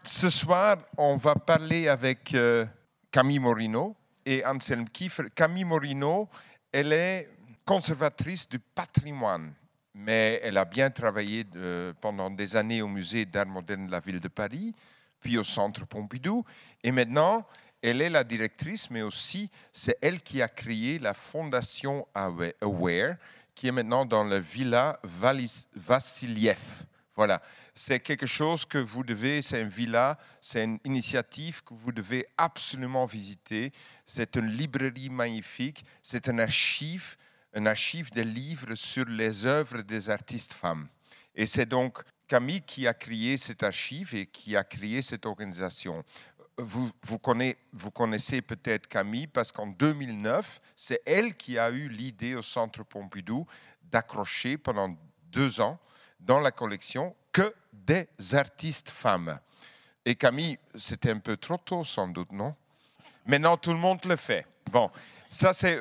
Ce soir, on va parler avec Camille Morino et Anselm Kiefer. Camille Morino, elle est conservatrice du patrimoine, mais elle a bien travaillé pendant des années au Musée d'art moderne de la ville de Paris, puis au Centre Pompidou. Et maintenant, elle est la directrice, mais aussi c'est elle qui a créé la Fondation Aware, qui est maintenant dans la Villa Vassiliev. Voilà, c'est quelque chose que vous devez, c'est une villa, c'est une initiative que vous devez absolument visiter. C'est une librairie magnifique, c'est un archive de livres sur les œuvres des artistes femmes. Et c'est donc Camille qui a créé cette archive et qui a créé cette organisation. Vous connaissez peut-être Camille parce qu'en 2009, c'est elle qui a eu l'idée au Centre Pompidou d'accrocher pendant 2 ans dans la collection que des artistes femmes. Et Camille, c'était un peu trop tôt sans doute, non? Maintenant, tout le monde le fait. Bon, ça c'est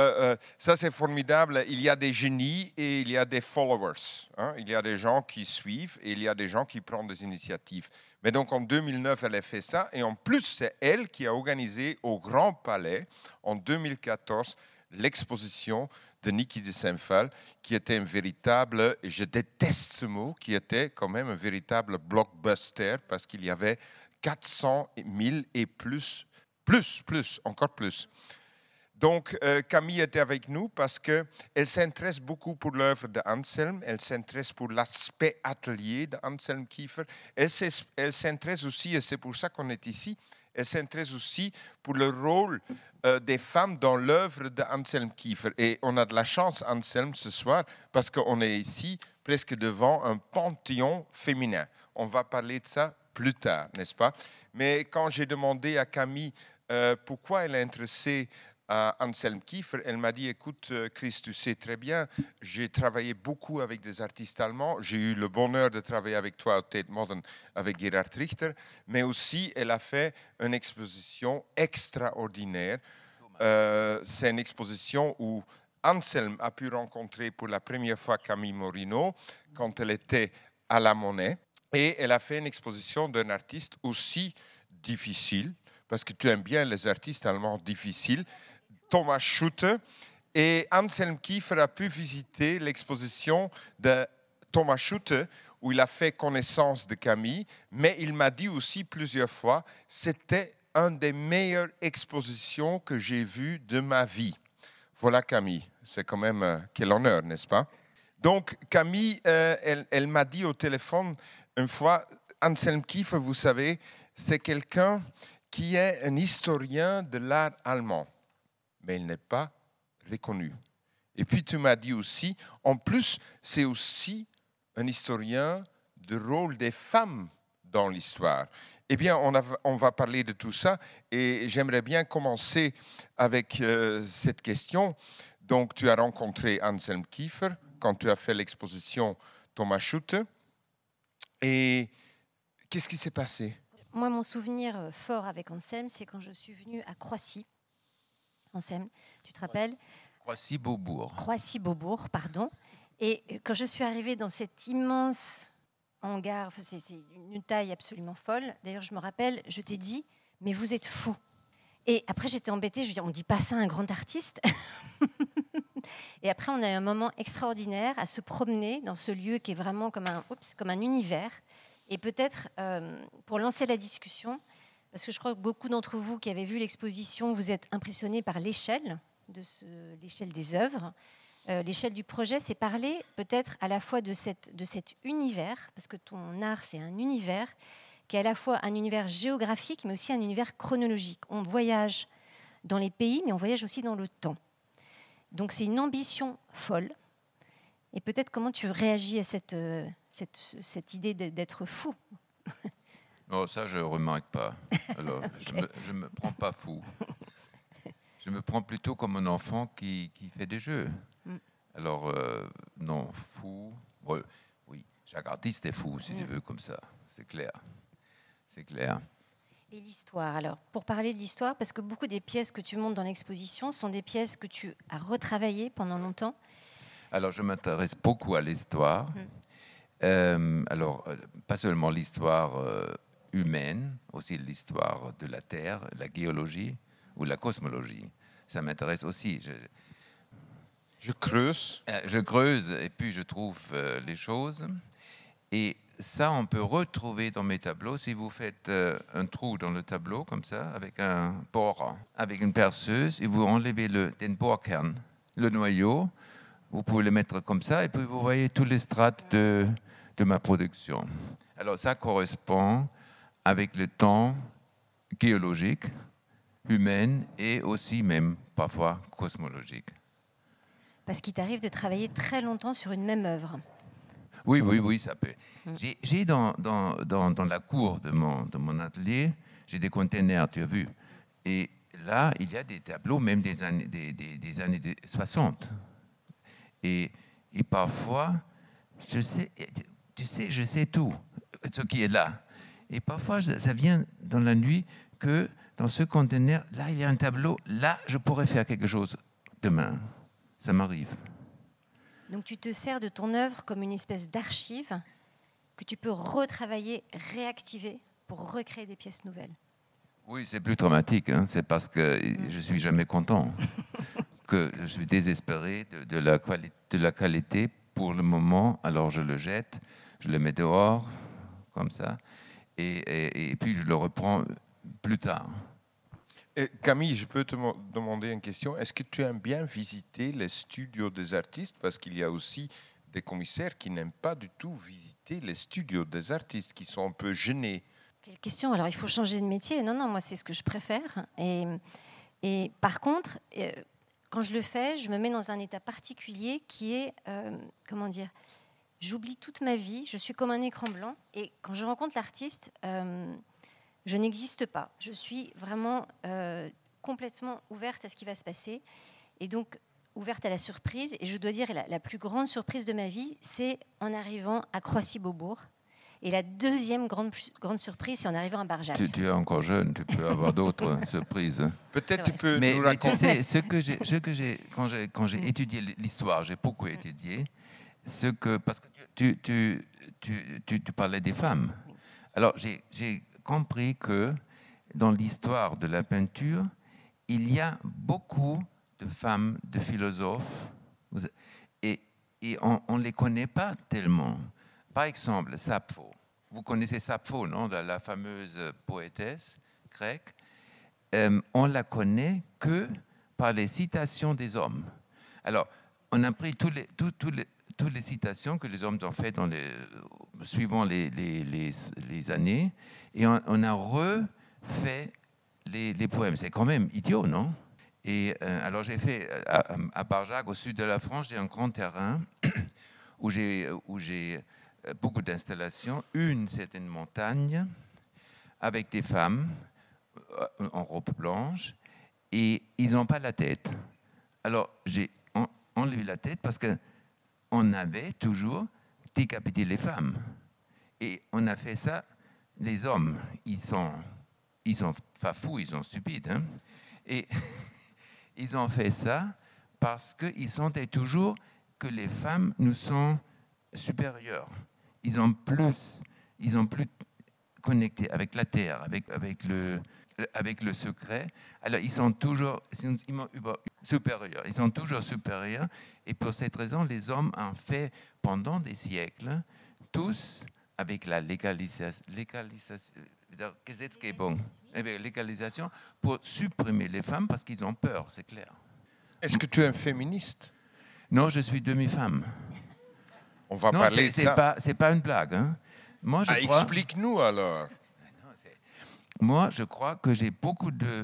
formidable. Il y a des génies et il y a des followers. Hein? Il y a des gens qui suivent et il y a des gens qui prennent des initiatives. Mais donc en 2009, elle a fait ça. Et en plus, c'est elle qui a organisé au Grand Palais, en 2014, l'exposition de Niki de Saint-Phal, qui était un véritable, et je déteste ce mot, qui était quand même un véritable blockbuster, parce qu'il y avait 400 000 et plus, encore plus. Donc, Camille était avec nous parce qu'elle s'intéresse beaucoup pour l'œuvre d'Anselm, elle s'intéresse pour l'aspect atelier d'Anselm Kiefer, elle s'intéresse aussi, et c'est pour ça qu'on est ici, elle s'intéresse aussi pour le rôle des femmes dans l'œuvre d'Anselm Kiefer. Et on a de la chance, Anselm, ce soir, parce qu'on est ici presque devant un panthéon féminin. On va parler de ça plus tard, n'est-ce pas? Mais quand j'ai demandé à Camille pourquoi elle est intéressée à Anselm Kiefer, elle m'a dit, écoute Chris, tu sais très bien, j'ai travaillé beaucoup avec des artistes allemands, j'ai eu le bonheur de travailler avec toi au Tate Modern avec Gerhard Richter, mais aussi elle a fait une exposition extraordinaire. C'est une exposition où Anselm a pu rencontrer pour la première fois Camille Morino quand elle était à la Monnaie, et elle a fait une exposition d'un artiste aussi difficile, parce que tu aimes bien les artistes allemands difficiles, Thomas Schutte, et Anselm Kiefer a pu visiter l'exposition de Thomas Schutte où il a fait connaissance de Camille, mais il m'a dit aussi plusieurs fois, c'était une des meilleures expositions que j'ai vues de ma vie. Voilà Camille, c'est quand même quel honneur, n'est-ce pas? Donc Camille, elle m'a dit au téléphone une fois, Anselm Kiefer, vous savez, c'est quelqu'un qui est un historien de l'art allemand, mais il n'est pas reconnu. Et puis tu m'as dit aussi, en plus, c'est aussi un historien du rôle des femmes dans l'histoire. Eh bien, on va parler de tout ça, et j'aimerais bien commencer avec cette question. Donc, tu as rencontré Anselm Kiefer quand tu as fait l'exposition Thomas Schutte, et qu'est-ce qui s'est passé? Moi, mon souvenir fort avec Anselm, c'est quand je suis venue à Croissy. Anselm, tu te rappelles? Croissy-Beaubourg. Croissy-Beaubourg, pardon. Et quand je suis arrivée dans cet immense hangar, c'est une taille absolument folle. D'ailleurs, je me rappelle, je t'ai dit, mais vous êtes fou. Et après, j'étais embêtée. Je me dis, on ne dit pas ça à un grand artiste. Et après, on a eu un moment extraordinaire à se promener dans ce lieu qui est vraiment comme un univers. Et peut-être, pour lancer la discussion, parce que je crois que beaucoup d'entre vous qui avez vu l'exposition, vous êtes impressionnés par l'échelle des œuvres. L'échelle du projet, c'est parler peut-être à la fois de cet univers, parce que ton art, c'est un univers, qui est à la fois un univers géographique, mais aussi un univers chronologique. On voyage dans les pays, mais on voyage aussi dans le temps. Donc c'est une ambition folle. Et peut-être comment tu réagis à cette idée d'être fou. Non, ça, je ne remarque pas. Alors, je me prends pas fou. Je me prends plutôt comme un enfant qui fait des jeux. Alors, non, fou. Oui, chaque artiste est fou, si tu veux, comme ça. C'est clair. C'est clair. Et l'histoire, alors, pour parler de l'histoire, parce que beaucoup des pièces que tu montres dans l'exposition sont des pièces que tu as retravaillées pendant longtemps. Alors, je m'intéresse beaucoup à l'histoire. Alors, pas seulement l'histoire humaine, aussi l'histoire de la Terre, la géologie ou la cosmologie. Ça m'intéresse aussi. Je creuse. Je creuse et puis je trouve les choses. Et ça, on peut retrouver dans mes tableaux. Si vous faites un trou dans le tableau, comme ça, avec un bord, avec une perceuse, et vous enlevez den Bohrkern, le noyau, vous pouvez le mettre comme ça, et puis vous voyez tous les strates de ma production. Alors ça correspond avec le temps géologique, humain, et aussi même parfois cosmologique. Parce qu'il t'arrive de travailler très longtemps sur une même œuvre. Oui, ça peut. J'ai dans la cour de mon atelier, j'ai des containers, tu as vu. Et là, il y a des tableaux, même des années 60. Et parfois, je sais tout, ce qui est là. Et parfois, ça vient dans la nuit que dans ce conteneur, là, il y a un tableau, là, je pourrais faire quelque chose demain. Ça m'arrive. Donc tu te sers de ton œuvre comme une espèce d'archive que tu peux retravailler, réactiver pour recréer des pièces nouvelles. Oui, c'est plus traumatique. Hein. C'est parce que je ne suis jamais content, que je suis désespéré de la qualité pour le moment. Alors je le jette, je le mets dehors, comme ça, et puis je le reprends plus tard. Et Camille, je peux te demander une question. Est-ce que tu aimes bien visiter les studios des artistes? Parce qu'il y a aussi des commissaires qui n'aiment pas du tout visiter les studios des artistes, qui sont un peu gênés. Quelle question? Alors il faut changer de métier. Non, moi c'est ce que je préfère. Et par contre, quand je le fais, je me mets dans un état particulier qui est, j'oublie toute ma vie, je suis comme un écran blanc. Et quand je rencontre l'artiste, je n'existe pas. Je suis vraiment complètement ouverte à ce qui va se passer. Et donc, ouverte à la surprise. Et je dois dire, la plus grande surprise de ma vie, c'est en arrivant à Croissy-Beaubourg. Et la deuxième grande surprise, c'est en arrivant à Barjac. Tu es encore jeune, tu peux avoir d'autres surprises. Peut-être tu peux nous raconter. Mais tu sais, quand j'ai étudié l'histoire, j'ai beaucoup étudié, parce que tu parlais des femmes. Alors, j'ai compris que dans l'histoire de la peinture, il y a beaucoup de femmes, de philosophes, et on ne les connaît pas tellement. Par exemple, Sappho. Vous connaissez Sappho, non? La fameuse poétesse grecque. On la connaît que par les citations des hommes. Alors, on a pris toutes les citations que les hommes ont faites suivant les années, et on a refait les poèmes. C'est quand même idiot, non? Et alors j'ai fait à Barjac, au sud de la France, j'ai un grand terrain où j'ai beaucoup d'installations. Une, c'est une montagne avec des femmes en robe blanche, et ils n'ont pas la tête. Alors j'ai enlevé la tête parce qu'on avait toujours décapité les femmes. Et on a fait ça. Les hommes, ils sont pas fous, ils sont stupides. Hein? Et ils ont fait ça parce qu'ils sentaient toujours que les femmes nous sont supérieures. Ils ont plus connecté avec la terre, avec le secret. Alors ils sont toujours supérieurs. Ils sont toujours supérieurs. Et pour cette raison, les hommes ont fait pendant des siècles tous avec la légalisation pour supprimer les femmes parce qu'ils ont peur, c'est clair. Est-ce que tu es un féministe? Non, je suis demi-femme. On va parler de ça. C'est pas une blague. Hein. Moi, je crois... Explique-nous alors. Moi, je crois que j'ai beaucoup de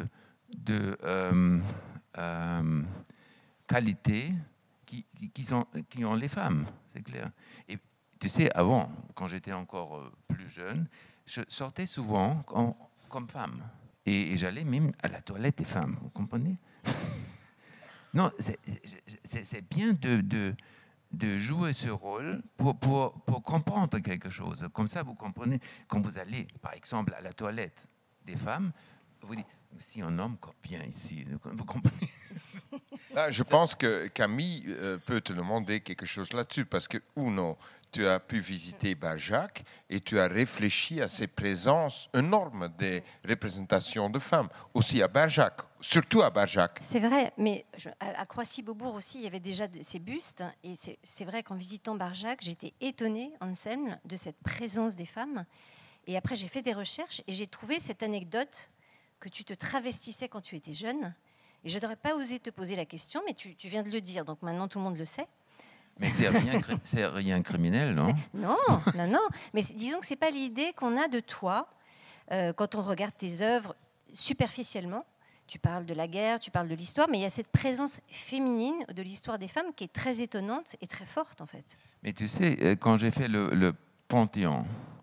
qualités qui ont les femmes, c'est clair. Et tu sais, avant, quand j'étais encore plus jeune, je sortais souvent comme femme. Et j'allais même à la toilette des femmes, vous comprenez? Non, c'est bien de jouer ce rôle pour comprendre quelque chose. Comme ça, vous comprenez, quand vous allez, par exemple, à la toilette des femmes, vous dites, si un homme vient ici, vous comprenez? Là, je pense que Camille peut te demander quelque chose là-dessus, parce que, Uno, tu as pu visiter Barjac et tu as réfléchi à ces présences énormes des représentations de femmes, aussi à Barjac, surtout à Barjac. C'est vrai, mais à Croissy-Beaubourg aussi, il y avait déjà ces bustes. Et c'est vrai qu'en visitant Barjac, j'étais étonnée, Anselme, de cette présence des femmes. Et après, j'ai fait des recherches et j'ai trouvé cette anecdote que tu te travestissais quand tu étais jeune. Et je n'aurais pas osé te poser la question, mais tu viens de le dire, donc maintenant tout le monde le sait. Mais c'est rien criminel, non? Non. Mais disons que ce n'est pas l'idée qu'on a de toi quand on regarde tes œuvres superficiellement. Tu parles de la guerre, tu parles de l'histoire, mais il y a cette présence féminine de l'histoire des femmes qui est très étonnante et très forte, en fait. Mais tu sais, quand j'ai fait le Panthéon,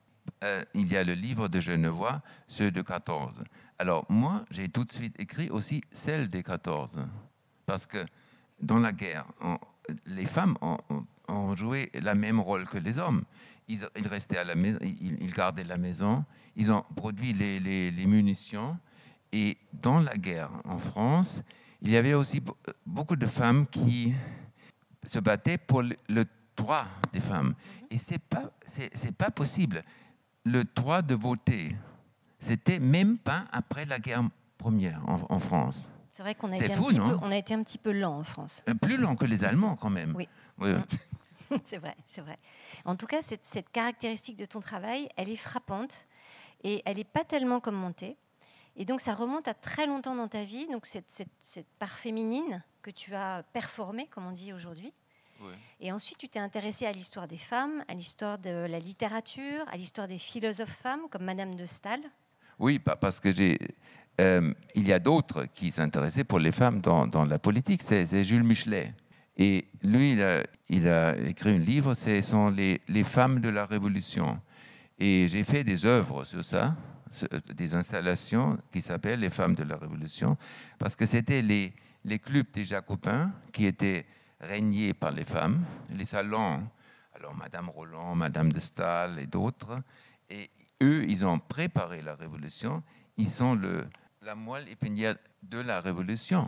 il y a le livre de Genevois, ceux de 14. Alors moi, j'ai tout de suite écrit aussi celle des 14. Parce que dans la guerre, les femmes ont joué le même rôle que les hommes. Ils restaient à la maison, ils gardaient la maison, ils ont produit les munitions. Et dans la guerre en France, il y avait aussi beaucoup de femmes qui se battaient pour le droit des femmes. Et c'est pas possible. Le droit de voter, c'était même pas après la guerre première en France. C'est vrai qu'on a été un petit peu lent en France. Plus lent que les Allemands, quand même. Oui. C'est vrai. En tout cas, cette caractéristique de ton travail, elle est frappante et elle n'est pas tellement commentée. Et donc, ça remonte à très longtemps dans ta vie, donc cette part féminine que tu as performée, comme on dit aujourd'hui. Oui. Et ensuite, tu t'es intéressée à l'histoire des femmes, à l'histoire de la littérature, à l'histoire des philosophes femmes, comme Madame de Staël. Oui, parce que il y a d'autres qui s'intéressaient pour les femmes dans la politique. C'est Jules Michelet. Et lui, il a écrit un livre, ce sont les femmes de la Révolution. Et j'ai fait des œuvres sur ça, des installations qui s'appellent les femmes de la Révolution, parce que c'était les clubs des Jacobins qui étaient régnés par les femmes, les salons, alors Madame Roland, Madame de Staël et d'autres. Et eux, ils ont préparé la Révolution. Ils sont la moelle épinière de la Révolution.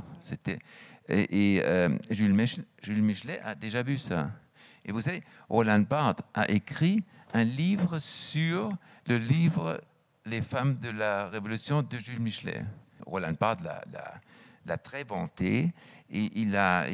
Jules Michelet a déjà vu ça. Et vous savez, Roland Barthes a écrit un livre sur le livre Les femmes de la Révolution de Jules Michelet. Roland Barthes l'a très vanté et il a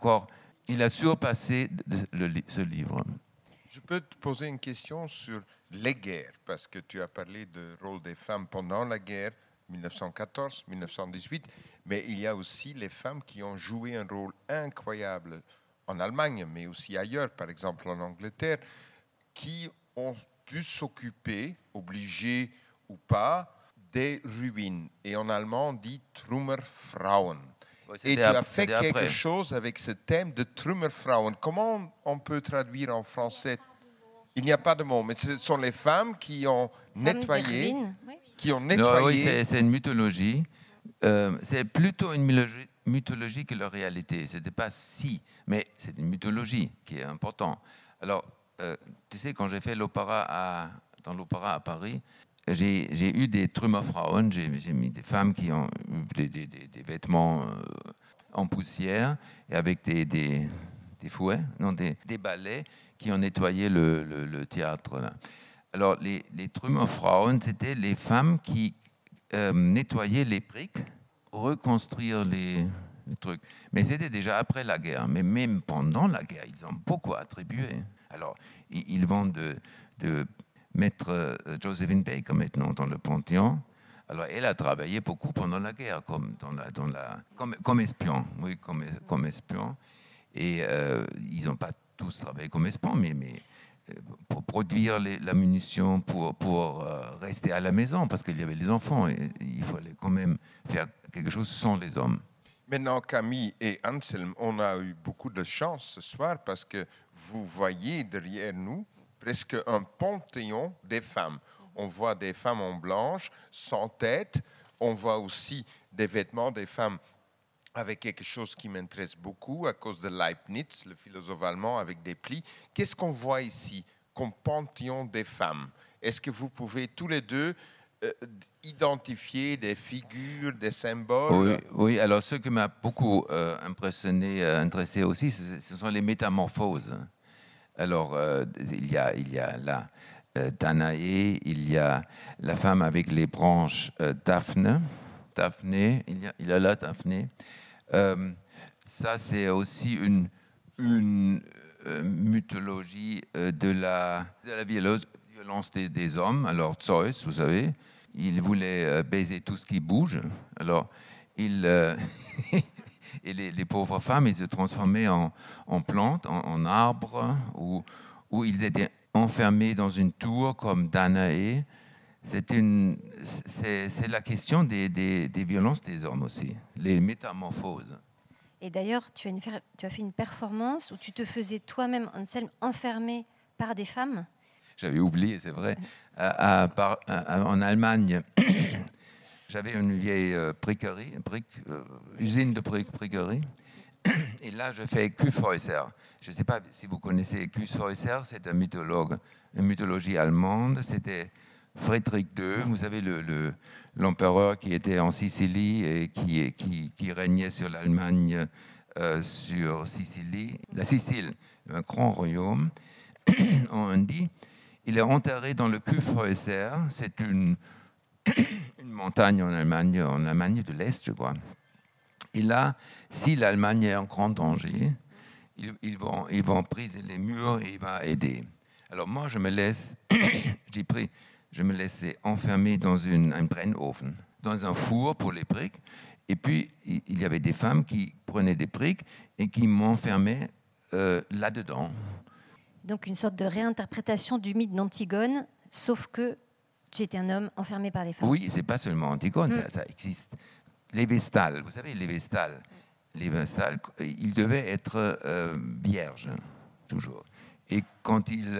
surpassé ce livre. Je peux te poser une question sur les guerres, parce que tu as parlé du rôle des femmes pendant la guerre, 1914, 1918, mais il y a aussi les femmes qui ont joué un rôle incroyable en Allemagne, mais aussi ailleurs, par exemple en Angleterre, qui ont dû s'occuper, obligés ou pas, des ruines. Et en allemand, on dit Trümmerfrauen. Ouais, et tu as fait quelque chose avec ce thème de Trümmerfrauen. Comment on peut traduire en français? Il n'y a pas de mot, mais ce sont les femmes qui ont nettoyé. Non, oui, c'est une mythologie. C'est plutôt une mythologie que la réalité. Ce n'était pas si, mais c'est une mythologie qui est importante. Alors, tu sais, quand j'ai fait dans l'opéra à Paris, j'ai eu des Trümmerfrauen, j'ai mis des femmes qui ont eu des vêtements en poussière et avec des fouets, non, des balais qui ont nettoyé le théâtre. Là. Alors, les Trümmerfrauen, c'était les femmes qui nettoyaient les briques, reconstruire les trucs. Mais c'était déjà après la guerre. Mais même pendant la guerre, ils ont beaucoup attribué. Alors, ils vont de mettre Josephine Baker maintenant dans le Panthéon. Alors, elle a travaillé beaucoup pendant la guerre, comme espion. Oui, comme espion. Et ils n'ont pas tous travaillé comme espion, mais pour produire la munition, pour rester à la maison, parce qu'il y avait les enfants. Et il fallait quand même faire quelque chose sans les hommes. Maintenant, Camille et Anselme, on a eu beaucoup de chance ce soir parce que vous voyez derrière nous presque un panthéon des femmes. On voit des femmes en blanche, sans tête. On voit aussi des vêtements des femmes avec quelque chose qui m'intéresse beaucoup à cause de Leibniz, le philosophe allemand, avec des plis. Qu'est-ce qu'on voit ici comme panthéon des femmes? Est-ce que vous pouvez tous les deux identifier des figures, des symboles? Oui, alors ce qui m'a beaucoup intéressé aussi, ce sont les métamorphoses. Alors, il y a là Danaé, il y a la femme avec les branches Daphné, il y a là Daphné. Ça, c'est aussi une mythologie de la violence des hommes. Alors, Zeus, vous savez, il voulait baiser tout ce qui bouge. Alors, et les pauvres femmes, ils se transformaient en plantes, en arbres, où ils étaient enfermés dans une tour comme Danaé. C'est la question des violences des hommes aussi, les métamorphoses. Et d'ailleurs, tu as fait une performance où tu te faisais toi-même, Anselme, enfermé par des femmes. J'avais oublié, c'est vrai. En Allemagne, j'avais une vieille usine de briquerie. Et là, je fais Kyffhäuser. Je ne sais pas si vous connaissez Kyffhäuser, c'est une mythologie allemande. C'était Frédéric II, vous savez, l'empereur qui était en Sicile et qui régnait sur l'Allemagne, sur Sicile. La Sicile, un grand royaume. On dit, il est enterré dans le Kyffhäuser. C'est une montagne en Allemagne de l'Est, je crois. Et là, si l'Allemagne est en grand danger, ils vont briser les murs et il va aider. Alors moi, je me laissais enfermer dans un Brennofen, dans un four pour les briques. Et puis, il y avait des femmes qui prenaient des briques et qui m'enfermaient là-dedans. Donc, une sorte de réinterprétation du mythe d'Antigone, sauf que tu étais un homme enfermé par les femmes. Oui, c'est pas seulement Antigone, ça existe. Les Vestales, vous savez, les Vestales, ils devaient être vierges, toujours. Et quand il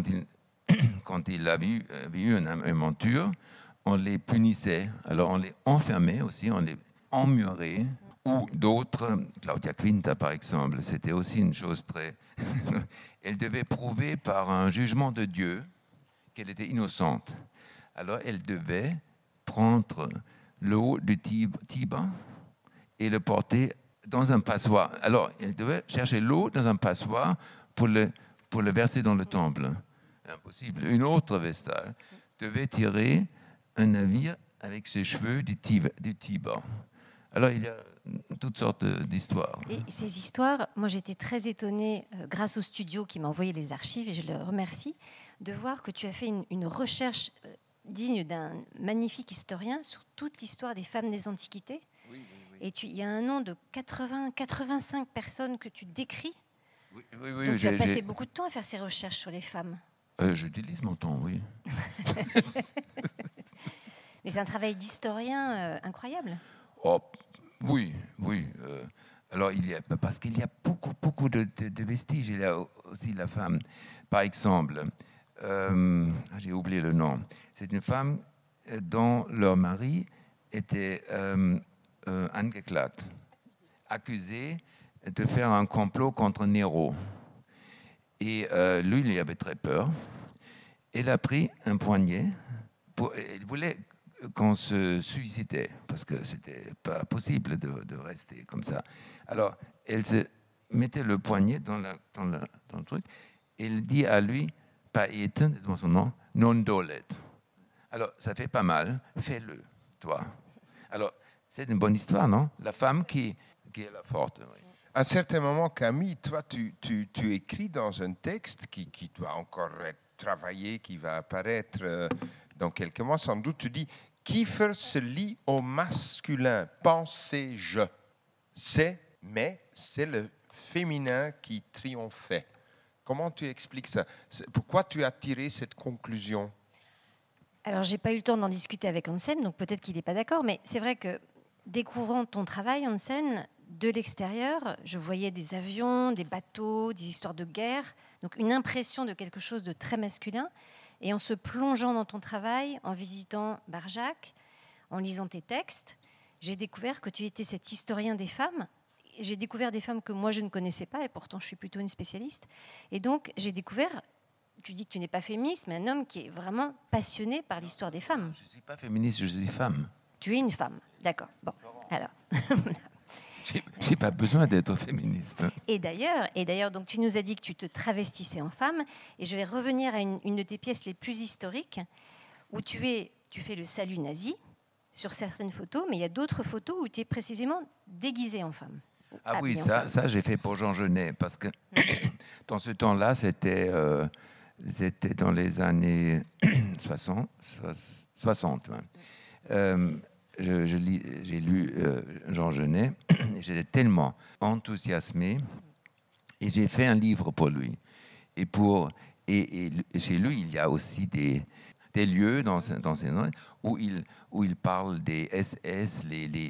avait eu une aventure, on les punissait. Alors on les enfermait aussi, on les emmurait. Ou d'autres, Claudia Quinta par exemple, c'était aussi une chose très... Elle devait prouver par un jugement de Dieu qu'elle était innocente. Alors elle devait prendre l'eau du Tibre et le porter dans un passoire. Alors elle devait chercher l'eau dans un passoire pour le verser dans le temple. Impossible. Une autre Vestale devait tirer un navire avec ses cheveux du Tibre. Alors il y a toutes sortes d'histoires. Et ces histoires, moi j'étais très étonnée, grâce au studio qui m'a envoyé les archives, et je le remercie, de voir que tu as fait une recherche digne d'un magnifique historien sur toute l'histoire des femmes des Antiquités. Oui. Et il y a un nom de 85 personnes que tu décris. Oui, donc tu as passé beaucoup de temps à faire ces recherches sur les femmes. J'utilise mon temps, oui. Mais c'est un travail d'historien incroyable. Oh, oui. Alors, parce qu'il y a beaucoup de vestiges. Il y a aussi la femme. Par exemple, j'ai oublié le nom. C'est une femme dont leur mari était accusé de faire un complot contre Néro. Et lui, il avait très peur. Elle a pris un poignet. Elle voulait qu'on se suicidait, parce que c'était pas possible de rester comme ça. Alors, elle se mettait le poignet dans le truc, et elle dit à lui, pas Ethan, c'est son nom, non dolet. Alors, ça fait pas mal, fais-le, toi. Alors, c'est une bonne histoire, non? La femme qui est la forte. Oui. À un certain moment, Camille, toi, tu écris dans un texte qui doit encore être travaillé, qui va apparaître dans quelques mois, sans doute, tu dis « Kiefer se lie au masculin, pensais-je. Mais c'est le féminin qui triomphait. » Comment tu expliques ça? Pourquoi tu as tiré cette conclusion? Alors, je n'ai pas eu le temps d'en discuter avec Anselme, donc peut-être qu'il n'est pas d'accord, mais c'est vrai que découvrant ton travail, Anselme, de l'extérieur, je voyais des avions, des bateaux, des histoires de guerre, donc une impression de quelque chose de très masculin. Et en se plongeant dans ton travail, en visitant Barjac, en lisant tes textes, j'ai découvert que tu étais cet historien des femmes. J'ai découvert des femmes que moi je ne connaissais pas, et pourtant je suis plutôt une spécialiste. Et donc j'ai découvert, tu dis que tu n'es pas féministe, mais un homme qui est vraiment passionné par l'histoire des femmes. Je ne suis pas féministe, je suis femme. Tu es une femme, d'accord. Bon, alors... J'ai pas besoin d'être féministe. Et d'ailleurs, donc tu nous as dit que tu te travestissais en femme, et je vais revenir à une de tes pièces les plus historiques, où tu fais le salut nazi sur certaines photos, mais il y a d'autres photos où tu es précisément déguisée en femme. Ah oui, ça j'ai fait pour Jean Genet, parce que dans ce temps-là, c'était dans les années 60 même. J'ai lu Jean Genet, et j'étais tellement enthousiasmé, et j'ai fait un livre pour lui. Et chez lui, il y a aussi des lieux dans ces où il parle des SS,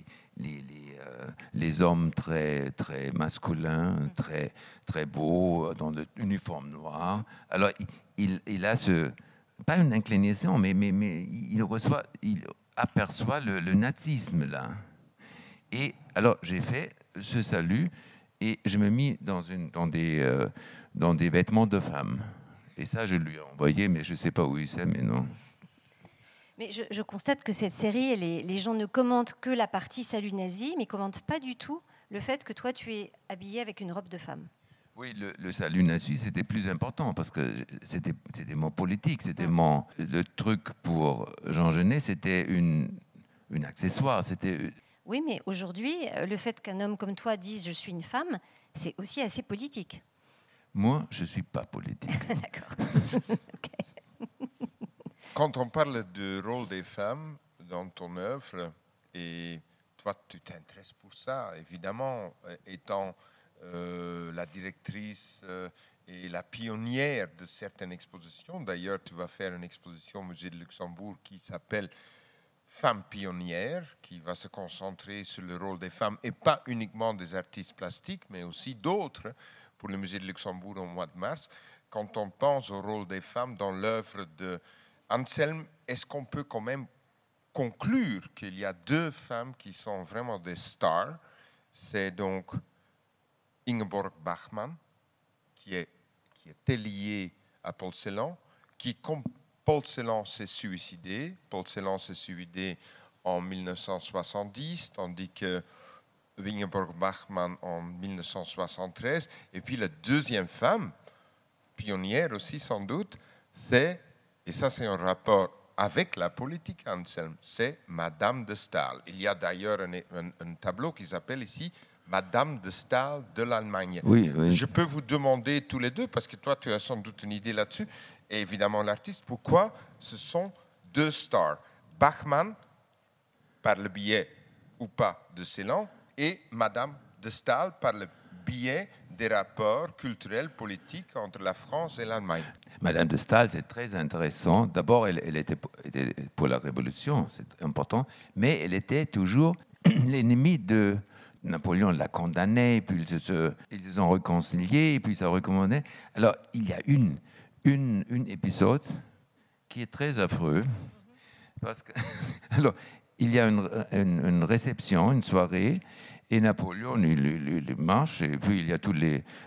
les hommes très, très masculins, très, très beaux, dans l'uniforme noir. Alors, il a pas une inclinaison, mais il aperçoit le nazisme là. Et alors, j'ai fait ce salut et je me mis dans des vêtements de femme. Et ça, je lui ai envoyé, mais je ne sais pas où il sait, mais non. Mais je constate que cette série, les gens ne commentent que la partie salut nazi, mais ne commentent pas du tout le fait que toi, tu es habillée avec une robe de femme. Oui, le salut nazi, c'était plus important parce que c'était mon politique, le truc pour Jean Genet, c'était une accessoire. Oui, mais aujourd'hui, le fait qu'un homme comme toi dise « je suis une femme », c'est aussi assez politique. Moi, je ne suis pas politique. D'accord. Okay. Quand on parle du rôle des femmes dans ton œuvre, et toi, tu t'intéresses pour ça, évidemment, étant la directrice et la pionnière de certaines expositions. D'ailleurs, tu vas faire une exposition au Musée de Luxembourg qui s'appelle Femmes pionnières, qui va se concentrer sur le rôle des femmes, et pas uniquement des artistes plastiques, mais aussi d'autres, pour le Musée de Luxembourg au mois de mars. Quand on pense au rôle des femmes dans l'œuvre de Anselme, est-ce qu'on peut quand même conclure qu'il y a deux femmes qui sont vraiment des stars? C'est donc Ingeborg Bachmann, qui était liée à Paul Celan, qui, comme Paul Celan s'est suicidé, en 1970, tandis que Ingeborg Bachmann en 1973. Et puis la deuxième femme, pionnière aussi sans doute, c'est, et ça c'est un rapport avec la politique, Anselme, c'est Madame de Staël. Il y a d'ailleurs un tableau qui s'appelle ici Madame de Staël de l'Allemagne. Oui, oui. Je peux vous demander tous les deux, parce que toi tu as sans doute une idée là-dessus, et évidemment l'artiste, pourquoi ce sont deux stars, Bachmann, par le biais ou pas de Celan, et Madame de Staël par le biais des rapports culturels, politiques entre la France et l'Allemagne. Madame de Staël, c'est très intéressant. D'abord, elle était pour la Révolution, c'est important, mais elle était toujours l'ennemi de Napoléon. L'a condamnée, puis ils se ont réconciliés, et puis ça recommandait. Alors, il y a une épisode qui est très affreux, parce que alors, il y a une réception, une soirée, et Napoléon il marche, et puis il y a tous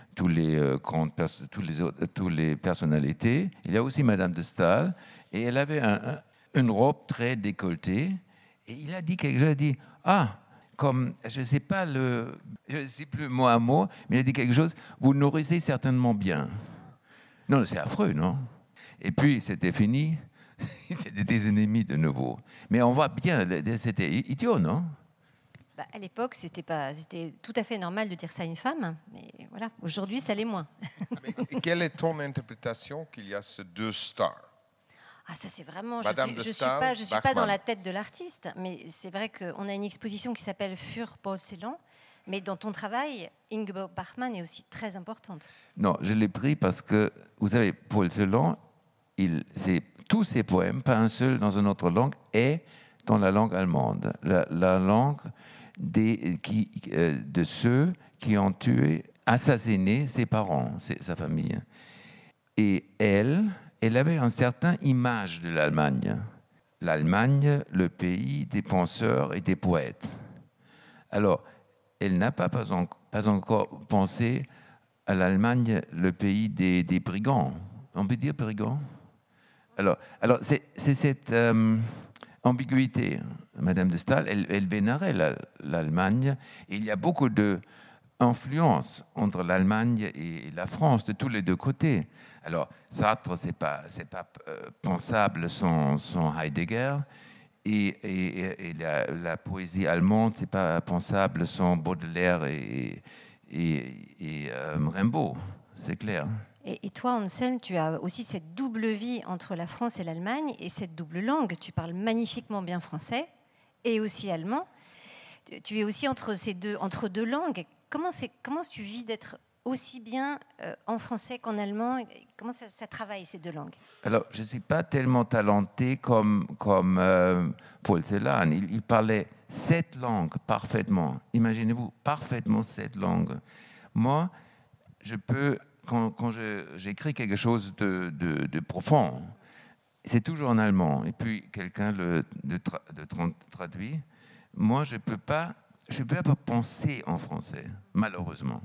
les personnalités. Il y a aussi Madame de Staël, et elle avait une robe très décolletée, et il a dit quelque chose, il a dit comme, je ne sais plus mot à mot, mais il a dit quelque chose, vous nourrissez certainement bien. Non, c'est affreux, non? Et puis, c'était fini, c'était des ennemis de nouveau. Mais on voit bien, c'était idiot, non? À l'époque, c'était tout à fait normal de dire ça à une femme, mais voilà, aujourd'hui, ça l'est moins. Mais quelle est ton interprétation qu'il y a ces deux stars? Ça c'est vraiment. Madame Je suis pas dans la tête de l'artiste, mais c'est vrai qu'on a une exposition qui s'appelle Für Paul Celan, mais dans ton travail, Ingeborg Bachmann est aussi très importante. Non, je l'ai pris parce que, vous savez, Paul Celan, tous ses poèmes, pas un seul dans une autre langue, est dans la langue allemande, la langue de ceux qui ont assassiné ses parents, sa famille. Et elle avait une certaine image de l'Allemagne. L'Allemagne, le pays des penseurs et des poètes. Alors, elle n'a pas encore pensé à l'Allemagne, le pays des brigands. On peut dire brigands? Alors c'est cette ambiguïté. Madame de Staël, elle vénérait l'Allemagne. Et il y a beaucoup d'influence entre l'Allemagne et la France, de tous les deux côtés. Alors, Sartre, c'est pas pensable sans Heidegger. Et la poésie allemande, c'est pas pensable sans Baudelaire et Rimbaud, c'est clair. Et toi, Anselme, tu as aussi cette double vie entre la France et l'Allemagne et cette double langue. Tu parles magnifiquement bien français et aussi allemand. Tu es aussi entre deux langues. Comment tu vis d'être aussi bien en français qu'en allemand? Comment ça travaille, ces deux langues? Alors, je ne suis pas tellement talenté comme Paul Celan. Il parlait 7 langues parfaitement. Imaginez-vous, parfaitement 7 langues. Moi, je peux, quand j'écris quelque chose de profond, c'est toujours en allemand. Et puis, quelqu'un le traduit. Moi, je ne peux pas penser en français, malheureusement.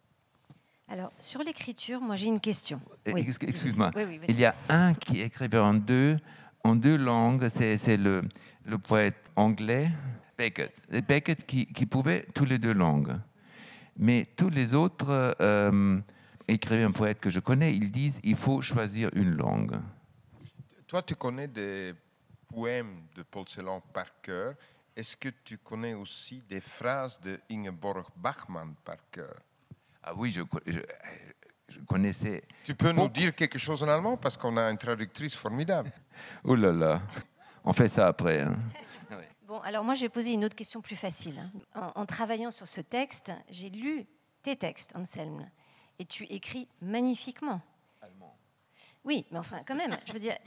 Alors, sur l'écriture, moi, j'ai une question. Oui, excuse-moi. Oui, il y a un qui écrivait en deux langues, c'est le poète anglais, Beckett. Beckett qui pouvait toutes les 2 langues. Mais tous les autres écrivains, poètes que je connais, ils disent qu'il faut choisir une langue. Toi, tu connais des poèmes de Paul Celan par cœur. Est-ce que tu connais aussi des phrases de Ingeborg Bachmann par cœur? Ah oui, je connaissais. Tu peux nous dire quelque chose en allemand parce qu'on a une traductrice formidable. Oh là là, on fait ça après. Hein. Bon, alors moi, je vais poser une autre question plus facile. En travaillant sur ce texte, j'ai lu tes textes, Anselme, et tu écris magnifiquement. Allemand. Oui, mais enfin, quand même, je veux dire,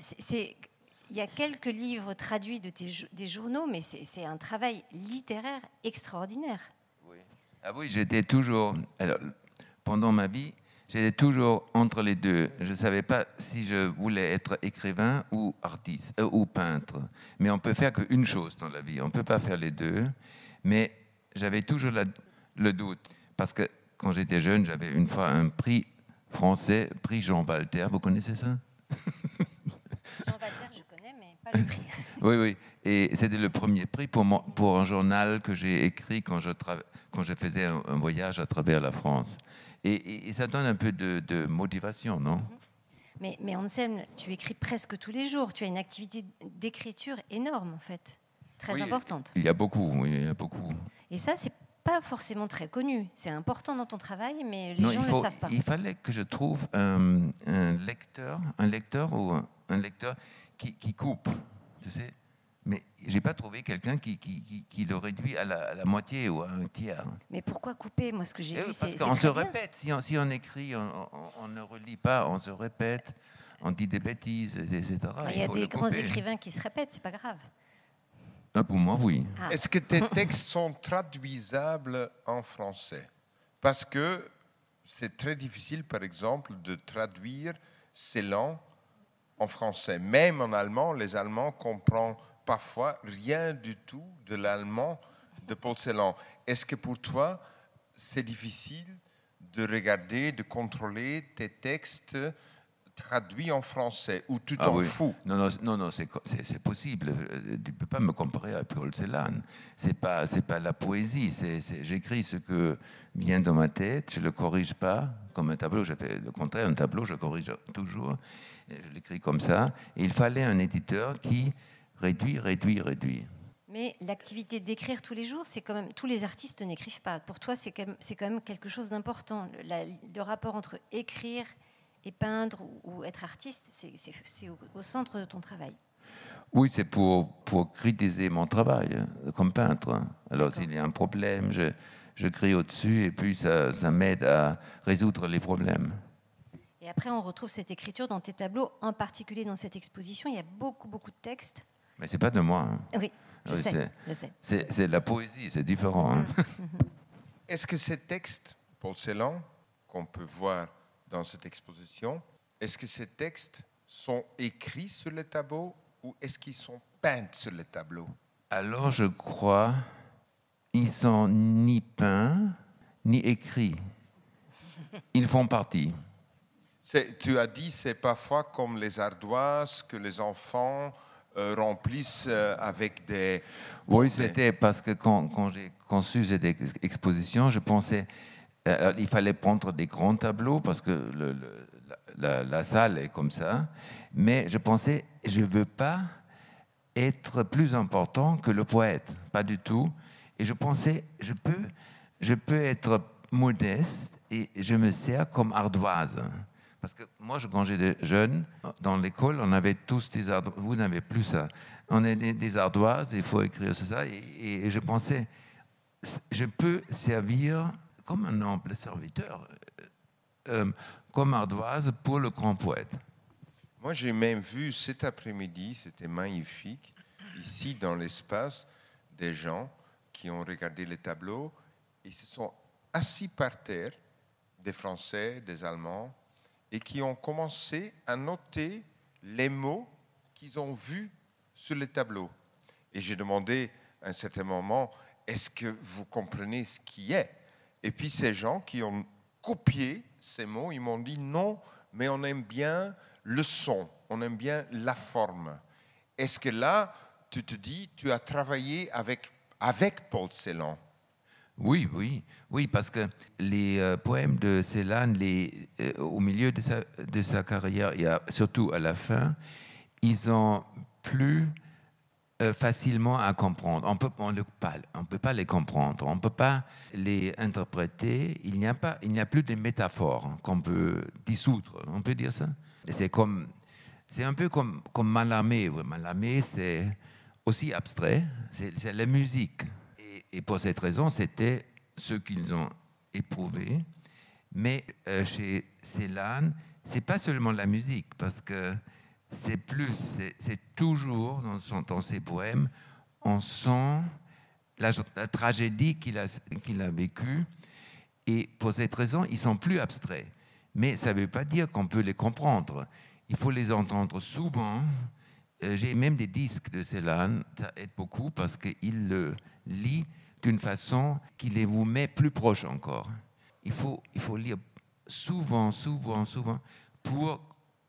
il y a quelques livres traduits des journaux, mais c'est un travail littéraire extraordinaire. Oui. Ah oui, j'étais toujours... Alors, pendant ma vie, j'étais toujours entre les deux. Je ne savais pas si je voulais être écrivain ou artiste ou peintre. Mais on peut faire qu'une chose dans la vie. On ne peut pas faire les deux. Mais j'avais toujours le doute. Parce que quand j'étais jeune, j'avais une fois un prix français, prix Jean Walter. Vous connaissez ça? Jean Walter, je connais, mais pas le prix. Oui. Et c'était le premier prix pour un journal que j'ai écrit quand je faisais un voyage à travers la France. Et ça donne un peu de motivation, non? Mais Anselme, tu écris presque tous les jours. Tu as une activité d'écriture énorme, en fait. Très importante. Il y a beaucoup. Et ça, c'est pas forcément très connu. C'est important dans ton travail, mais les gens ne le savent pas. Il fallait que je trouve un lecteur qui coupe, tu sais. Mais je n'ai pas trouvé quelqu'un qui le réduit à la moitié ou à un tiers. Mais pourquoi couper? Moi, ce que j'ai vu, c'est parce qu'on se répète. Si on écrit, on ne relit pas, on se répète, on dit des bêtises, etc. Il y a des grands écrivains qui se répètent, c'est pas grave. Ah, pour moi, oui. Ah. Est-ce que tes textes sont traduisables en français? Parce que c'est très difficile, par exemple, de traduire Celan en français. Même en allemand, les Allemands comprennent parfois rien du tout de l'allemand de Paul Celan. Est-ce que pour toi, c'est difficile de regarder, de contrôler tes textes traduits en français, ou tu t'en fous? Non, c'est possible. Tu ne peux pas me comparer à Paul Celan. C'est pas la poésie. J'écris ce que vient dans ma tête, je ne le corrige pas comme un tableau. Je fais le contraire, un tableau, je corrige toujours. Je l'écris comme ça. Et il fallait un éditeur qui réduit. Mais l'activité d'écrire tous les jours, c'est quand même... Tous les artistes n'écrivent pas. Pour toi, c'est quand même quelque chose d'important. Le rapport entre écrire et peindre ou être artiste, c'est au centre de ton travail. Oui, c'est pour critiquer mon travail comme peintre. Alors, s'il y a un problème, je crie au-dessus et puis ça m'aide à résoudre les problèmes. Et après, on retrouve cette écriture dans tes tableaux, en particulier dans cette exposition. Il y a beaucoup de textes. Mais ce n'est pas de moi. Hein. Oui, je sais. C'est la poésie, c'est différent. Hein. Est-ce que ces textes, Paul Celan, qu'on peut voir dans cette exposition, est-ce que ces textes sont écrits sur les tableaux ou est-ce qu'ils sont peints sur les tableaux? Alors, je crois ils sont ni peints, ni écrits. Ils font partie. Tu as dit c'est parfois comme les ardoises que les enfants remplissent avec des... Oui, c'était parce que quand j'ai conçu cette exposition, je pensais il fallait prendre des grands tableaux parce que la salle est comme ça. Mais je pensais, je ne veux pas être plus important que le poète, pas du tout. Et je pensais, je peux être modeste et je me sers comme ardoise. Parce que moi, quand j'étais jeune, dans l'école, on avait tous des ardoises. Vous n'avez plus ça. On a des ardoises, il faut écrire ça. Et je pensais, je peux servir comme un humble serviteur, comme ardoise pour le grand poète. Moi, j'ai même vu cet après-midi, c'était magnifique, ici dans l'espace, des gens qui ont regardé les tableaux et se sont assis par terre, des Français, des Allemands, et qui ont commencé à noter les mots qu'ils ont vus sur les tableaux. Et j'ai demandé à un certain moment, est-ce que vous comprenez ce qui est ? Et puis ces gens qui ont copié ces mots, ils m'ont dit non, mais on aime bien le son, on aime bien la forme. Est-ce que là, tu te dis, tu as travaillé avec Paul Celan ? Oui, parce que les poèmes de Celan, au milieu de sa carrière et surtout à la fin, ils sont plus facilement à comprendre. On ne peut pas les comprendre, on ne peut pas les interpréter. Il n'y a plus de métaphores qu'on peut dissoudre, on peut dire ça. C'est un peu comme Mallarmé. Mallarmé, c'est aussi abstrait, c'est la musique. Et pour cette raison, c'était ce qu'ils ont éprouvé. Mais chez Celan, c'est pas seulement la musique, parce que c'est toujours dans ses poèmes, on sent la tragédie qu'il a vécue. Et pour cette raison, ils sont plus abstraits. Mais ça ne veut pas dire qu'on peut les comprendre. Il faut les entendre souvent. J'ai même des disques de Celan, ça aide beaucoup parce qu'il le lit d'une façon qui les vous met plus proches encore. Il faut lire souvent pour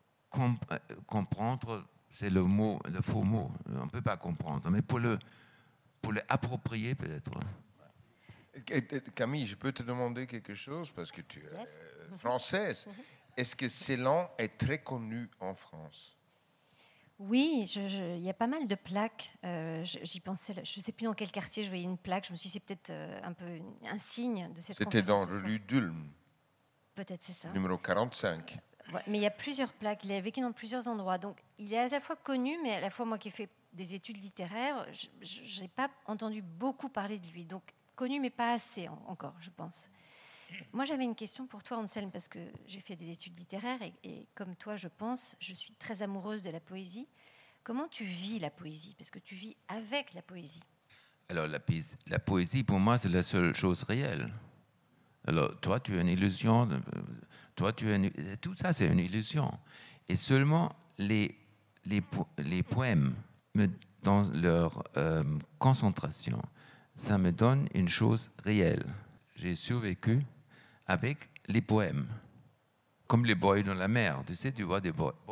comprendre, c'est le faux mot, on ne peut pas comprendre, mais pour le approprier peut-être. Camille, je peux te demander quelque chose parce que tu es française. Est-ce que Celan est très connu en France ? Oui, il y a pas mal de plaques. J'y pensais, je ne sais plus dans quel quartier je voyais une plaque. Je me suis dit, c'est peut-être un peu un signe de cette conférence. C'était dans rue d'Ulm. Peut-être c'est ça. Numéro 45. Ouais, mais il y a plusieurs plaques. Il a vécu dans plusieurs endroits. Donc, il est à la fois connu, mais à la fois, moi qui ai fait des études littéraires, je n'ai pas entendu beaucoup parler de lui. Donc, connu, mais pas assez encore, je pense. Moi, j'avais une question pour toi, Anselme, parce que j'ai fait des études littéraires et comme toi, je pense, je suis très amoureuse de la poésie. Comment tu vis la poésie ? Parce que tu vis avec la poésie. Alors, la poésie, pour moi, c'est la seule chose réelle. Alors, toi, tu as une illusion. Tout ça, c'est une illusion. Et seulement les poèmes, dans leur concentration, ça me donne une chose réelle. J'ai survécu avec les poèmes, comme les buoys dans la mer. Tu sais, tu vois des buoys.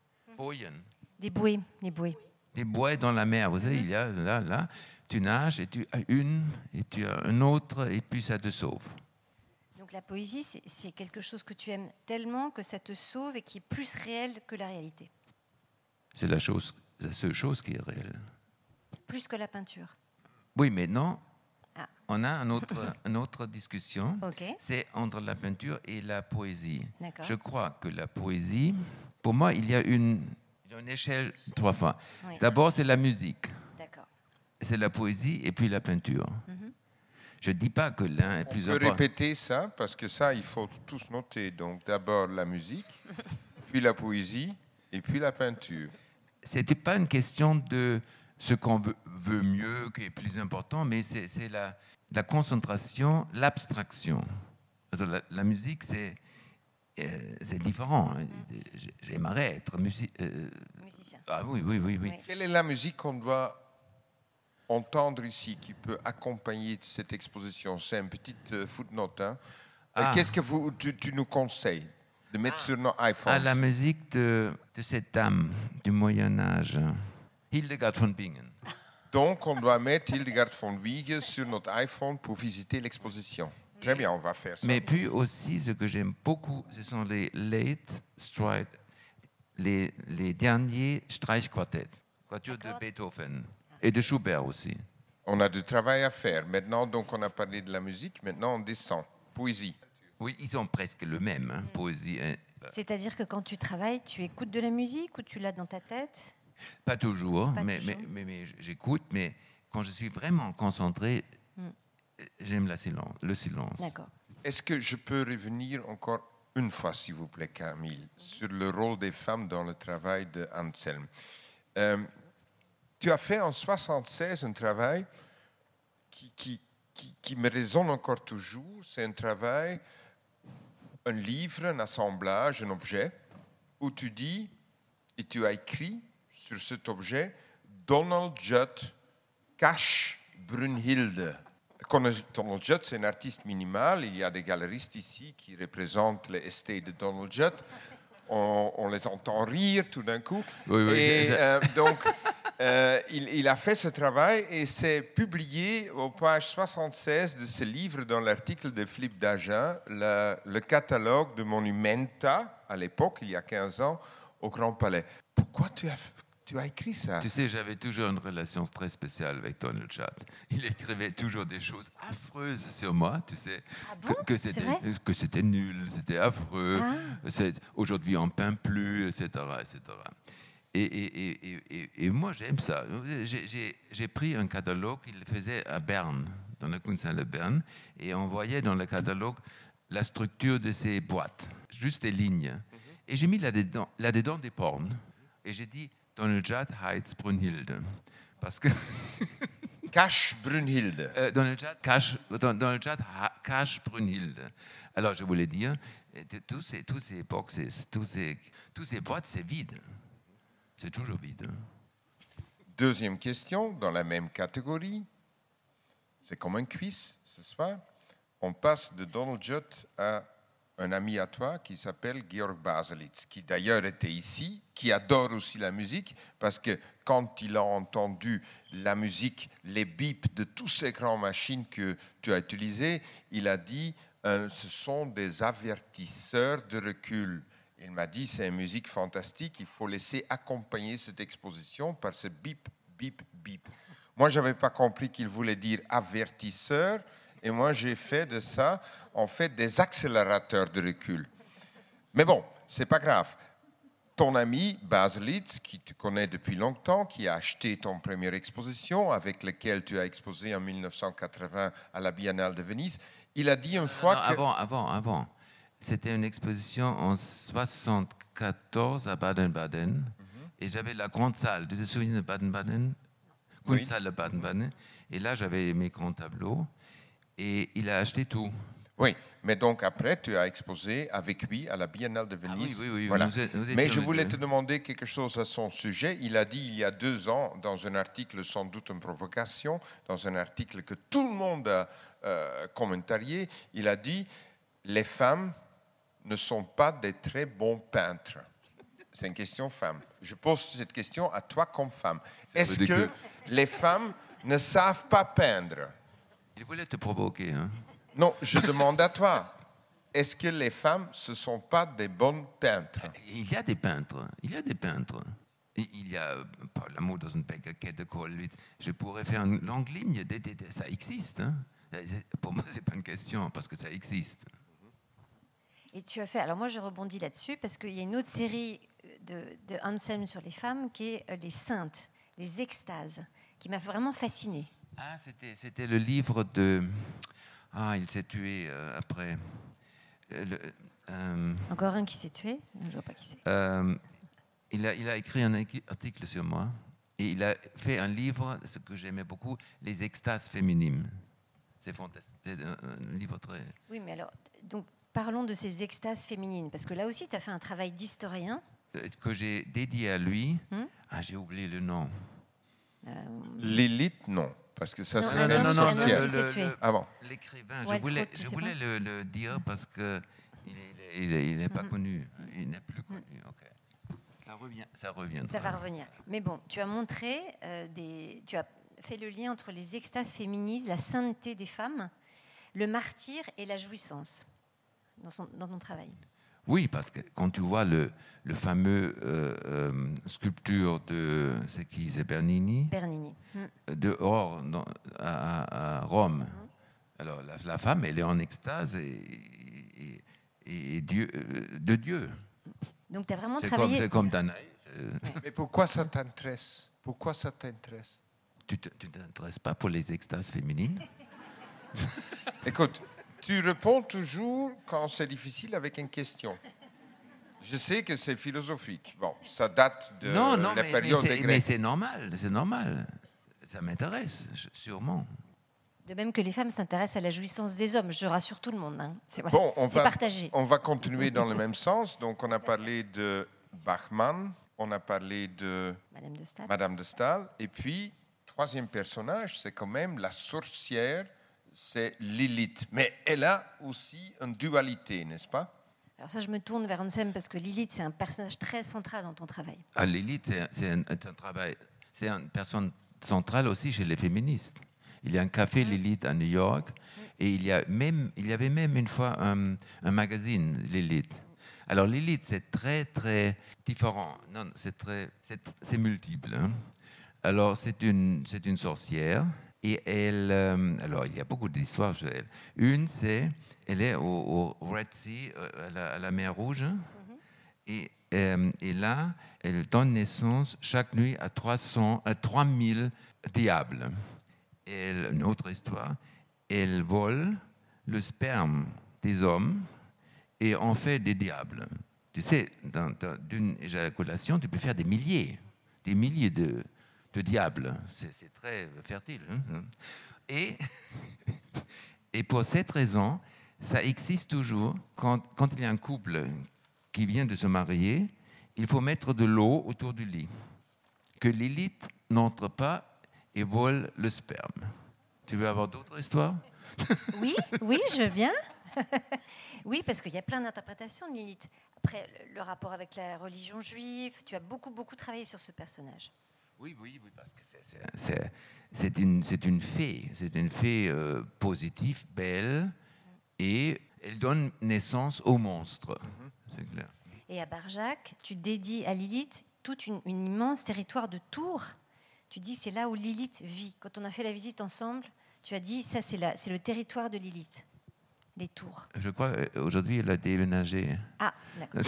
Des bouées. Des buoys dans la mer. Vous savez, il y a là, tu nages et tu as une, et tu as une autre, et puis ça te sauve. Donc la poésie, c'est quelque chose que tu aimes tellement que ça te sauve et qui est plus réel que la réalité. C'est la seule chose qui est réelle. Plus que la peinture. Oui, mais non. On a une autre discussion, Okay. C'est entre la peinture et la poésie. D'accord. Je crois que la poésie, pour moi, il y a une échelle 3 fois. Oui. D'abord, c'est la musique. D'accord. C'est la poésie et puis la peinture. Mm-hmm. Je ne dis pas que l'un est plus important. On peut répéter ça, parce que ça, il faut tous noter. Donc d'abord la musique, puis la poésie, et puis la peinture. Ce n'était pas une question de ce qu'on veut mieux, qui est plus important, mais c'est la concentration, l'abstraction. La musique, c'est différent. J'aimerais être musicien. Ah oui. Quelle est la musique qu'on doit entendre ici, qui peut accompagner cette exposition? C'est une petite footnote. Hein. Qu'est-ce que tu nous conseilles de mettre sur nos iPhones? La musique de cette dame du Moyen-Âge. Hildegard von Bingen. Donc, on doit mettre Hildegard von Bingen sur notre iPhone pour visiter l'exposition. Très bien, on va faire ça. Mais puis aussi, ce que j'aime beaucoup, ce sont les late strike, les derniers Streichquartett, quatuor de Beethoven et de Schubert aussi. On a du travail à faire. Maintenant, donc, on a parlé de la musique. Maintenant, on descend. Poésie. Oui, ils sont presque le même, hein, poésie. C'est-à-dire que quand tu travailles, tu écoutes de la musique ou tu l'as dans ta tête? Pas toujours, Pas mais, toujours. mais j'écoute, mais quand je suis vraiment concentré, j'aime le silence. D'accord. Est-ce que je peux revenir encore une fois, s'il vous plaît, Camille, sur le rôle des femmes dans le travail de Anselm? Tu as fait en 1976 un travail qui me résonne encore toujours. C'est un travail, un livre, un assemblage, un objet, où tu dis, et tu as écrit sur cet objet, Donald Judd cache Brunhilde. Donald Judd, c'est un artiste minimal. Il y a des galeristes ici qui représentent les estates de Donald Judd. On les entend rire tout d'un coup. Oui, et donc, il a fait ce travail et c'est publié aux pages 76 de ce livre dans l'article de Philippe Dagen, le catalogue de Monumenta, à l'époque, il y a 15 ans, au Grand Palais. Pourquoi tu as écrit ça? Tu sais, j'avais toujours une relation très spéciale avec Donald Judd. Il écrivait toujours des choses affreuses sur moi, tu sais, Ah bon? que c'était nul, c'était affreux, aujourd'hui on ne peint plus, etc. etc. Et moi, j'aime ça. J'ai pris un catalogue qu'il faisait à Berne, dans la Kunsthalle Berne, et on voyait dans le catalogue la structure de ces boîtes, juste des lignes. Et j'ai mis là-dedans des pornes. Et j'ai dit, Donald Judd hides Brunhilde. Parce que... Cache Brunhilde. Donald Judd cache Brunhilde. Alors, je voulais dire, tous ces boxes, tous ces boîtes, c'est vide. C'est toujours vide. Deuxième question, dans la même catégorie. C'est comme un quiz ce soir. On passe de Donald Judd à un ami à toi qui s'appelle Georg Baselitz, qui d'ailleurs était ici, qui adore aussi la musique, parce que quand il a entendu la musique, les bips de toutes ces grandes machines que tu as utilisées, il a dit ce sont des avertisseurs de recul. Il m'a dit c'est une musique fantastique, il faut laisser accompagner cette exposition par ce bip, bip, bip. Moi, je n'avais pas compris qu'il voulait dire avertisseur, et moi, j'ai fait de ça, en fait, des accélérateurs de recul. Mais bon, c'est pas grave. Ton ami Baselitz, qui te connaît depuis longtemps, qui a acheté ton première exposition, avec laquelle tu as exposé en 1980 à la Biennale de Venise, il a dit une fois que... Avant. C'était une exposition en 1974 à Baden-Baden. Et j'avais la grande salle. Tu te souviens de Baden-Baden? Kunsthalle de Baden-Baden. Et là, j'avais mes grands tableaux. Et il a acheté tout. Oui, mais donc après, tu as exposé avec lui à la Biennale de Venise. Ah oui. Voilà. Nous Mais je voulais te demander quelque chose à son sujet. Il a dit il y a 2 ans, dans un article sans doute une provocation, dans un article que tout le monde a commentarié, il a dit les femmes ne sont pas des très bons peintres. C'est une question femme. Je pose cette question à toi comme femme. Est-ce que les femmes ne savent pas peindre? Il voulait te provoquer, hein? Non, je demande à toi. Est-ce que les femmes ne sont pas des bonnes peintres? Il y a des peintres. Il y a Paul Modosenbecker, Käthe Kollwitz. Je pourrais faire une longue ligne. Ça existe. Hein? Pour moi, ce n'est pas une question, parce que ça existe. Et tu as fait... Alors moi, je rebondis là-dessus, parce qu'il y a une autre série de Anselm sur les femmes, qui est Les Saintes, les Extases, qui m'a vraiment fascinée. Ah, c'était le livre de... Ah, il s'est tué après. Encore un qui s'est tué? Je ne vois pas qui c'est. Il a écrit un article sur moi et il a fait un livre, ce que j'aimais beaucoup, Les extases féminines. C'est fantastique, c'est un livre très... Oui, mais alors, donc, parlons de ces extases féminines, parce que là aussi, tu as fait un travail d'historien. Que j'ai dédié à lui. J'ai oublié le nom. Lilith, non. Parce que ça, c'est non, l'écrivain. Je voulais le dire parce qu'il n'est pas connu. Il n'est plus connu. Okay. Ça revient. Ça va revenir. Mais bon, tu as montré, tu as fait le lien entre les extases féministes, la sainteté des femmes, le martyre et la jouissance dans ton travail. Oui, parce que quand tu vois le fameux sculpture de c'est Bernini. Dehors à Rome. Alors la femme, elle est en extase et Dieu, de Dieu. Donc tu as vraiment travaillé. C'est comme Danaï. Mais pourquoi ça t'intéresse? Pourquoi ça t'intéresse? Tu t'intéresses pas pour les extases féminines? Écoute, tu réponds toujours quand c'est difficile avec une question. Je sais que c'est philosophique. Bon, ça date de la période des Grecs. Mais c'est normal. Ça m'intéresse, sûrement. De même que les femmes s'intéressent à la jouissance des hommes. Je rassure tout le monde. Hein. C'est partagé. On va continuer dans le même sens. Donc, on a parlé de Bachmann, on a parlé de Madame de Staël. Et puis, troisième personnage, c'est quand même la sorcière, c'est Lilith. Mais elle a aussi une dualité, n'est-ce pas? Alors ça, je me tourne vers Anselme parce que Lilith, c'est un personnage très central dans ton travail. Lilith, c'est une personne centrale aussi chez les féministes. Il y a un café Lilith à New York et il y avait même une fois un magazine Lilith. Alors Lilith, c'est très très différent. Non, c'est multiple. Hein. Alors c'est une sorcière et elle. Alors il y a beaucoup d'histoires sur elle. Une, elle est au Red Sea, à la mer Rouge, et là, elle donne naissance chaque nuit à 3000 diables. Une autre histoire, elle vole le sperme des hommes et en fait des diables. Tu sais, d'une éjaculation, tu peux faire des milliers de diables. C'est très fertile. Hein. Et pour cette raison, ça existe toujours. Quand il y a un couple qui vient de se marier, il faut mettre de l'eau autour du lit. Que Lilith n'entre pas et vole le sperme. Tu veux avoir d'autres histoires? Oui, je veux bien. Oui, parce qu'il y a plein d'interprétations de Lilith. Après, le rapport avec la religion juive, tu as beaucoup, beaucoup travaillé sur ce personnage. Oui, parce que c'est une fée positive, belle, et elle donne naissance au monstre. C'est clair. Et à Barjac, tu dédies à Lilith toute une immense territoire de Tours. Tu dis c'est là où Lilith vit. Quand on a fait la visite ensemble, tu as dit ça c'est le territoire de Lilith, les Tours. Je crois qu'aujourd'hui elle a déménagé. Ah, d'accord.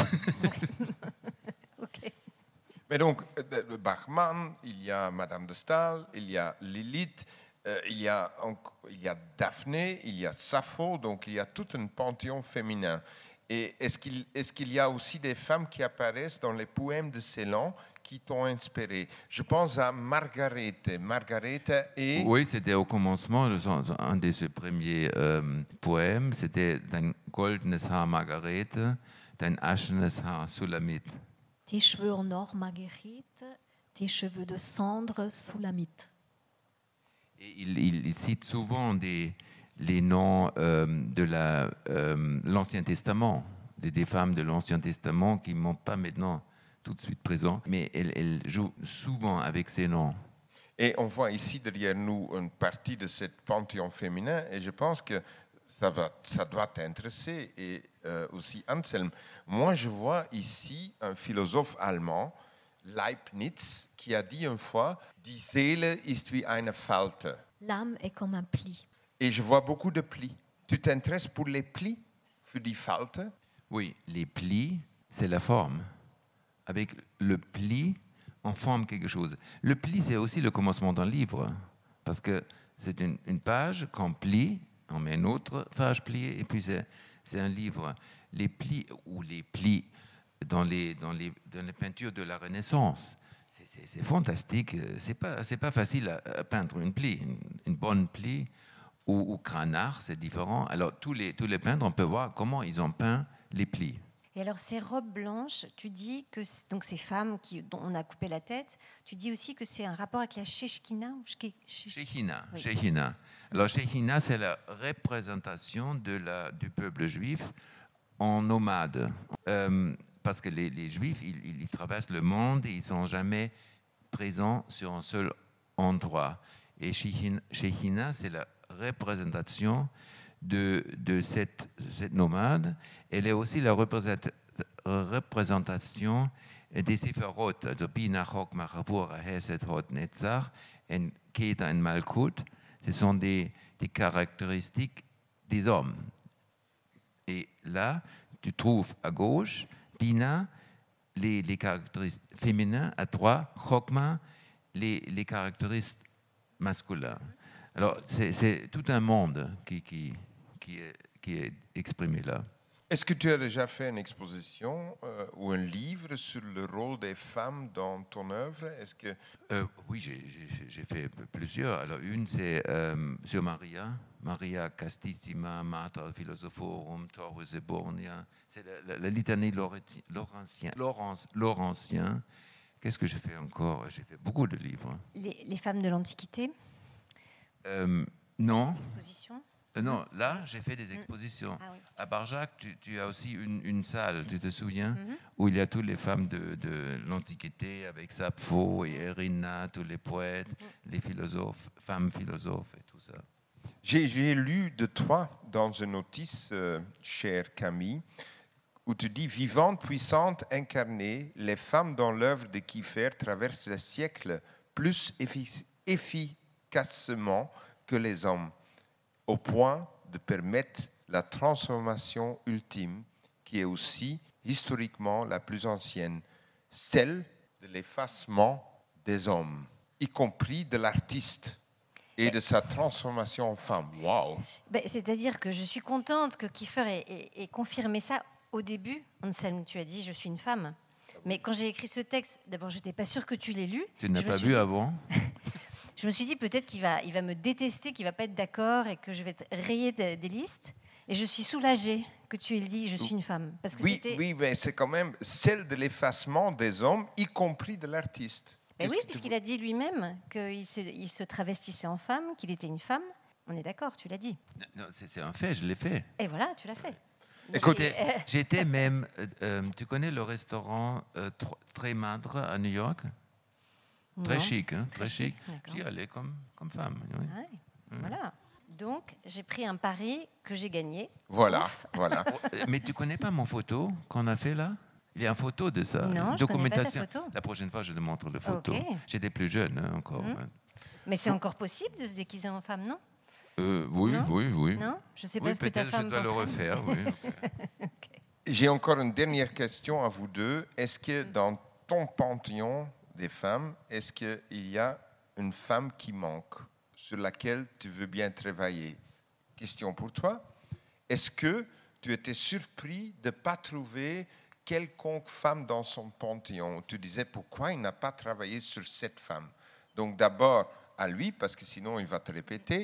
Ok. Mais donc, Bachmann, il y a Madame de Staël, il y a Lilith, il y a Daphné, il y a Sappho, donc il y a tout un panthéon féminin. Et est-ce qu'il y a aussi des femmes qui apparaissent dans les poèmes de Celan qui t'ont inspiré? Je pense à Margarete. Et... Oui, c'était au commencement, un de ses premiers poèmes, c'était « Dein goldenes Haar, Margarete, dein aschenes Haar, Sulamit ». Tes cheveux en or, Marguerite, tes cheveux de cendre, Sulamite. Et il cite souvent les noms de l'Ancien Testament, des femmes de l'Ancien Testament qui ne m'ont pas maintenant tout de suite présent, mais elle joue souvent avec ces noms. Et on voit ici derrière nous une partie de ce panthéon féminin, et je pense que ça doit t'intéresser, et aussi Anselm. Moi, je vois ici un philosophe allemand, Leibniz, qui a dit une fois « Die Seele ist wie eine Falte ». L'âme est comme un pli. Et je vois beaucoup de plis. Tu t'intéresses pour les plis, pour die Falte? Oui, les plis, c'est la forme. Avec le pli, on forme quelque chose. Le pli, c'est aussi le commencement d'un livre, parce que c'est une page qu'on plie, on met une autre page pliée, et puis c'est un livre. Les plis, ou les plis dans les peintures de la Renaissance, c'est fantastique. C'est pas facile à peindre une pli, une bonne pli, ou Cranach, c'est différent. Alors tous les peintres, on peut voir comment ils ont peint les plis. Et alors ces robes blanches, tu dis que donc ces femmes dont on a coupé la tête, tu dis aussi que c'est un rapport avec la Shechina ou Shechina. Oui. Shechina. Alors Shechina, c'est la représentation du peuple juif en nomade. parce que les Juifs, ils traversent le monde et ils ne sont jamais présents sur un seul endroit. Et Shekhinah, c'est la représentation de cette nomade. Elle est aussi la représentation des Sephirot, also Bina, Chokma, Chavura, Hesed, Hod, Netzach, et Kedah et Malkut. Ce sont des caractéristiques des hommes. Et là, tu trouves à gauche, Bina, les caractéristiques féminins, à droite, Chokma, les caractéristiques masculins. Alors, c'est tout un monde qui est exprimé là. Est-ce que tu as déjà fait une exposition ou un livre sur le rôle des femmes dans ton œuvre? Oui, j'ai fait plusieurs. Alors, une, c'est sur Maria Castissima, Mater Philosophorum, Torus Ebornia. C'est la litanie laurentien. Qu'est-ce que j'ai fait encore? J'ai fait beaucoup de livres. Les femmes de l'Antiquité? Non. Exposition? Non, là, j'ai fait des expositions. Ah oui. À Barjac, tu as aussi une salle, tu te souviens, où il y a toutes les femmes de l'Antiquité, avec Sappho et Erina, tous les poètes, les philosophes, femmes philosophes et tout ça. J'ai lu de toi dans une notice, cher Camille, où tu dis « Vivantes, puissantes, incarnées, les femmes dans l'œuvre de Kiefer traversent les siècles plus efficacement que les hommes, au point de permettre la transformation ultime, qui est aussi historiquement la plus ancienne, celle de l'effacement des hommes, y compris de l'artiste et de sa transformation en femme. Waouh! C'est-à-dire que je suis contente que Kiefer ait confirmé ça au début. Anselme, tu as dit « je suis une femme ». Mais quand j'ai écrit ce texte, d'abord, je n'étais pas sûre que tu l'aies lu. Tu n'as pas vu avant? Je me suis dit peut-être qu'il va me détester, qu'il ne va pas être d'accord et que je vais être rayée des listes. Et je suis soulagée que tu aies dit « je suis une femme ». Parce que oui, mais c'est quand même celle de l'effacement des hommes, y compris de l'artiste. Oui, puisqu'il a dit lui-même qu'il se travestissait en femme, qu'il était une femme. On est d'accord, tu l'as dit. Non, c'est un fait, je l'ai fait. Et voilà, tu l'as fait. Écoutez, j'étais même... tu connais le restaurant Très Madre à New York? Très chic, hein? Très chic. J'y allais comme femme. Oui. Ouais, voilà. Donc, j'ai pris un pari que j'ai gagné. Voilà, Ouf. voilà. Mais tu connais pas mon photo qu'on a fait là? Il y a une photo de ça. Non, je connais pas ta photo. La prochaine fois, je te montre la photo. Okay. J'étais plus jeune encore. Mais c'est encore possible de se déguiser en femme, non? Oui. Non, je sais pas ce que ta peut-être femme je dois le penserait. refaire, oui. Okay. J'ai encore une dernière question à vous deux. Est-ce que dans ton panthéon des femmes, est-ce qu'il y a une femme qui manque, sur laquelle tu veux bien travailler? Question pour toi. Est-ce que tu étais surpris de ne pas trouver quelconque femme dans son panthéon? Tu disais pourquoi il n'a pas travaillé sur cette femme? Donc d'abord à lui, parce que sinon il va te répéter.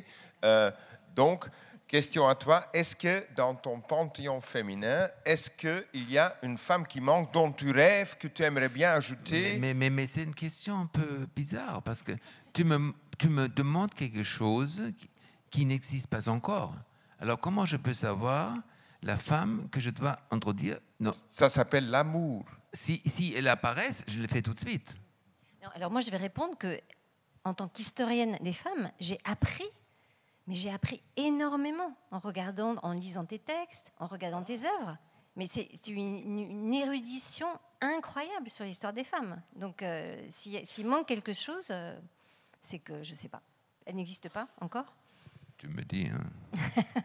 Donc, question à toi, est-ce que dans ton panthéon féminin, est-ce qu'il y a une femme qui manque dont tu rêves, que tu aimerais bien ajouter? Mais c'est une question un peu bizarre, parce que tu me demandes quelque chose qui n'existe pas encore. Alors comment je peux savoir la femme que je dois introduire? Non. Ça s'appelle l'amour. Si elle apparaît, je le fais tout de suite. Non, alors moi, je vais répondre que, en tant qu'historienne des femmes, j'ai appris énormément en lisant tes textes, en regardant tes œuvres. Mais c'est une érudition incroyable sur l'histoire des femmes. Donc, s'il manque quelque chose, c'est que, je ne sais pas, elle n'existe pas encore? Tu me dis, hein.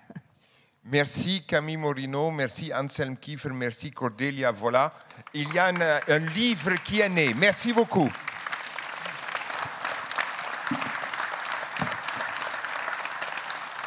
Merci Camille Morino, merci Anselme Kiefer, merci Cordelia. Voilà, il y a un livre qui est né. Merci beaucoup.